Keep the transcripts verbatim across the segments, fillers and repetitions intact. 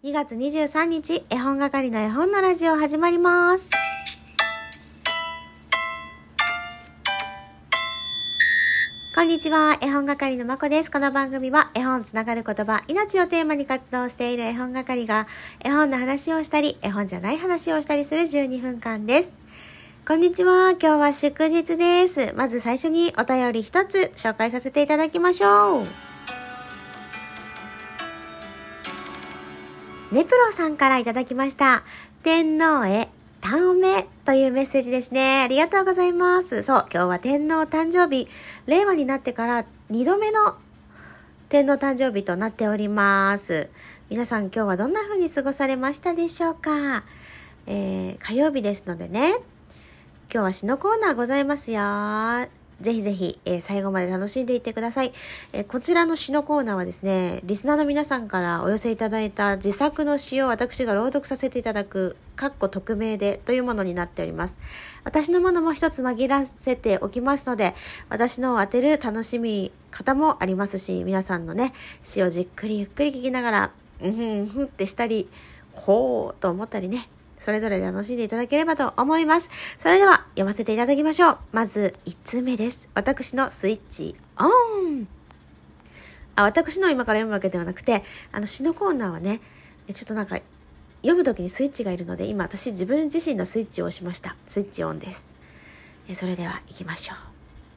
にがつにじゅうさんにち、絵本係の絵本のラジオ始まります。こんにちは、絵本係のまこです。この番組は絵本つながる言葉、命をテーマに活動している絵本係が絵本の話をしたり、絵本じゃない話をしたりするじゅうにふんかんです。こんにちは、今日は祝日です。まず最初にお便り一つ紹介させていただきましょう。ネプロさんからいただきました。天皇へ単おめというメッセージですね。ありがとうございます。そう、今日は天皇誕生日、令和になってからにどめの天皇誕生日となっております。皆さん今日はどんな風に過ごされましたでしょうか。えー、火曜日ですのでね、今日は詩のコーナーございますよ。ぜひぜひ、えー、最後まで楽しんでいってください。えー、こちらの詩のコーナーはですね、リスナーの皆さんからお寄せいただいた自作の詩を私が朗読させていただく、かっこ匿名でというものになっております。私のものも一つ紛らせておきますので、私のを当てる楽しみ方もありますし、皆さんのね、詩をじっくりゆっくり聞きながら、うんふんふんってしたり、ほーと思ったりね、それぞれ楽しんでいただければと思います。それでは読ませていただきましょう。まずいちつめです。私のスイッチオン。あ、私の今から読むわけではなくて、あの詩のコーナーはね、ちょっとなんか読むときにスイッチがいるので、今私自分自身のスイッチを押しました。スイッチオンです。それでは行きましょう。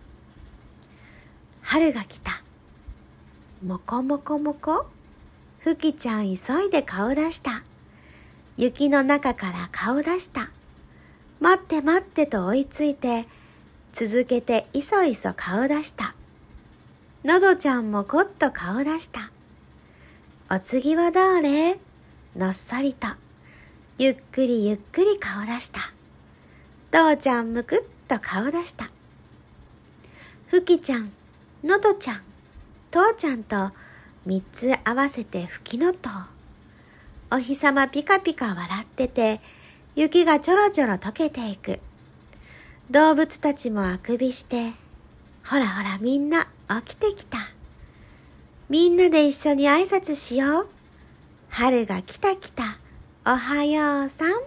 春が来た。もこもこもこ。ふきちゃん急いで顔出した。雪の中から顔出した。待って待ってと追いついて、続けていそいそ顔出した。のどちゃんもこっと顔出した。お次はどれ？のっそりと、ゆっくりゆっくり顔出した。父ちゃんむくっと顔出した。ふきちゃん、のどちゃん、父ちゃんと三つ合わせてふきのとう。お日さまピカピカ笑ってて、雪がちょろちょろ溶けていく。動物たちもあくびして、ほらほらみんな起きてきた。みんなで一緒に挨拶しよう。春が来た来た、おはようさん。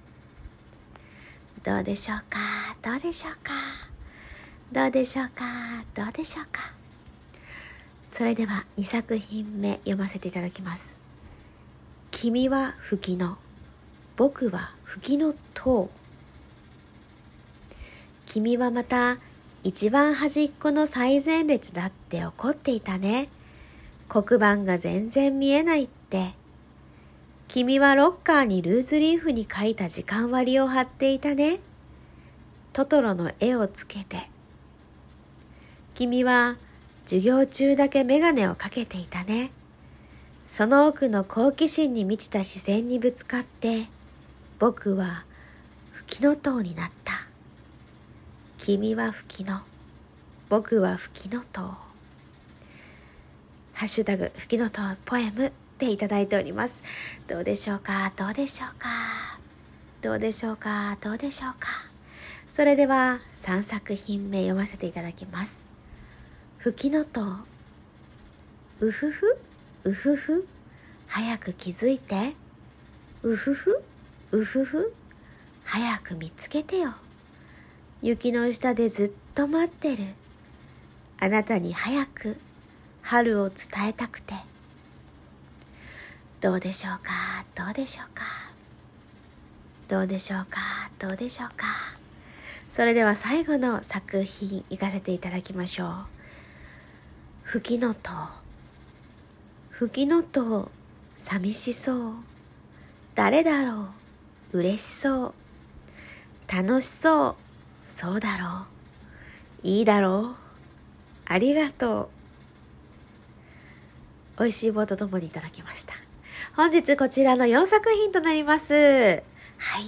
どうでしょうか、どうでしょうか、どうでしょうか、どうでしょうか。それではにさくひんめ読ませていただきます。君はふきの、僕はふきのとう。君はまた一番端っこの最前列だって怒っていたね。黒板が全然見えないって。君はロッカーにルーズリーフに書いた時間割を貼っていたね。トトロの絵をつけて。君は授業中だけメガネをかけていたね。その奥の好奇心に満ちた視線にぶつかって、僕はふきのとうになった。君はふきの、僕はふきのとう。ハッシュタグふきのとうポエムでいただいております。どうでしょうか、どうでしょうか、どうでしょうか、どうでしょうか。それではさんさくひんめ読ませていただきます。ふきのとう。うふふうふふ、早く気づいて。うふふ、うふふ、早く見つけてよ。雪の下でずっと待ってる。あなたに早く春を伝えたくて。どうでしょうか、どうでしょうか、どうでしょうか、どうでしょうか。それでは最後の作品いかせていただきましょう。ふきのとう。ふきのとう、寂しそう。誰だろう、嬉しそう。楽しそう、そうだろう。いいだろう。ありがとう。美味しい棒とともにいただきました。本日こちらのよんさくひんとなります。はい、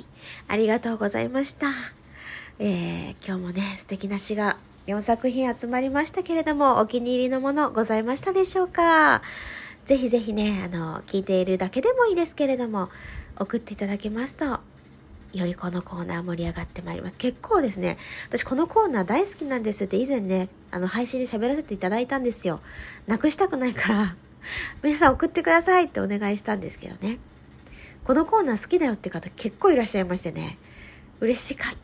ありがとうございました。えー、今日もね、素敵な詩がよんさくひん集まりましたけれども、お気に入りのものございましたでしょうか。ぜひぜひね、あの、聞いているだけでもいいですけれども、送っていただけますと、よりこのコーナー盛り上がってまいります。結構ですね、私このコーナー大好きなんですって以前ね、あの、配信で喋らせていただいたんですよ。なくしたくないから、皆さん送ってくださいってお願いしたんですけどね。 このコーナー好きだよって方結構いらっしゃいましてね。嬉しかった。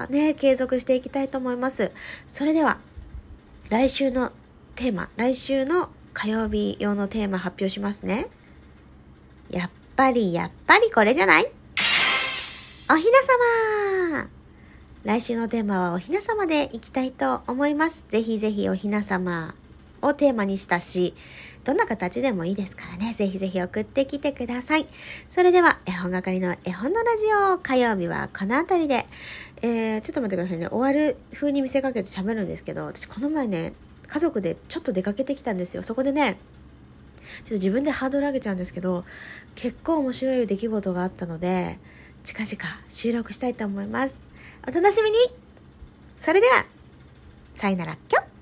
ね、継続していきたいと思います。それでは、来週のテーマ、来週の火曜日用のテーマ発表しますね。やっぱりやっぱりこれじゃない？おひなさま。来週のテーマはおひなさまでいきたいと思います。ぜひぜひおひなさまをテーマにしたし、どんな形でもいいですからね。ぜひぜひ送ってきてください。それでは、絵本係の絵本のラジオ、火曜日はこのあたりで、えー、ちょっと待ってくださいね。終わる風に見せかけて喋るんですけど、私この前ね、家族でちょっと出かけてきたんですよ。そこでね、ちょっと自分でハードル上げちゃうんですけど、結構面白い出来事があったので、近々収録したいと思います。お楽しみに。それでは、さよなら、きょっ。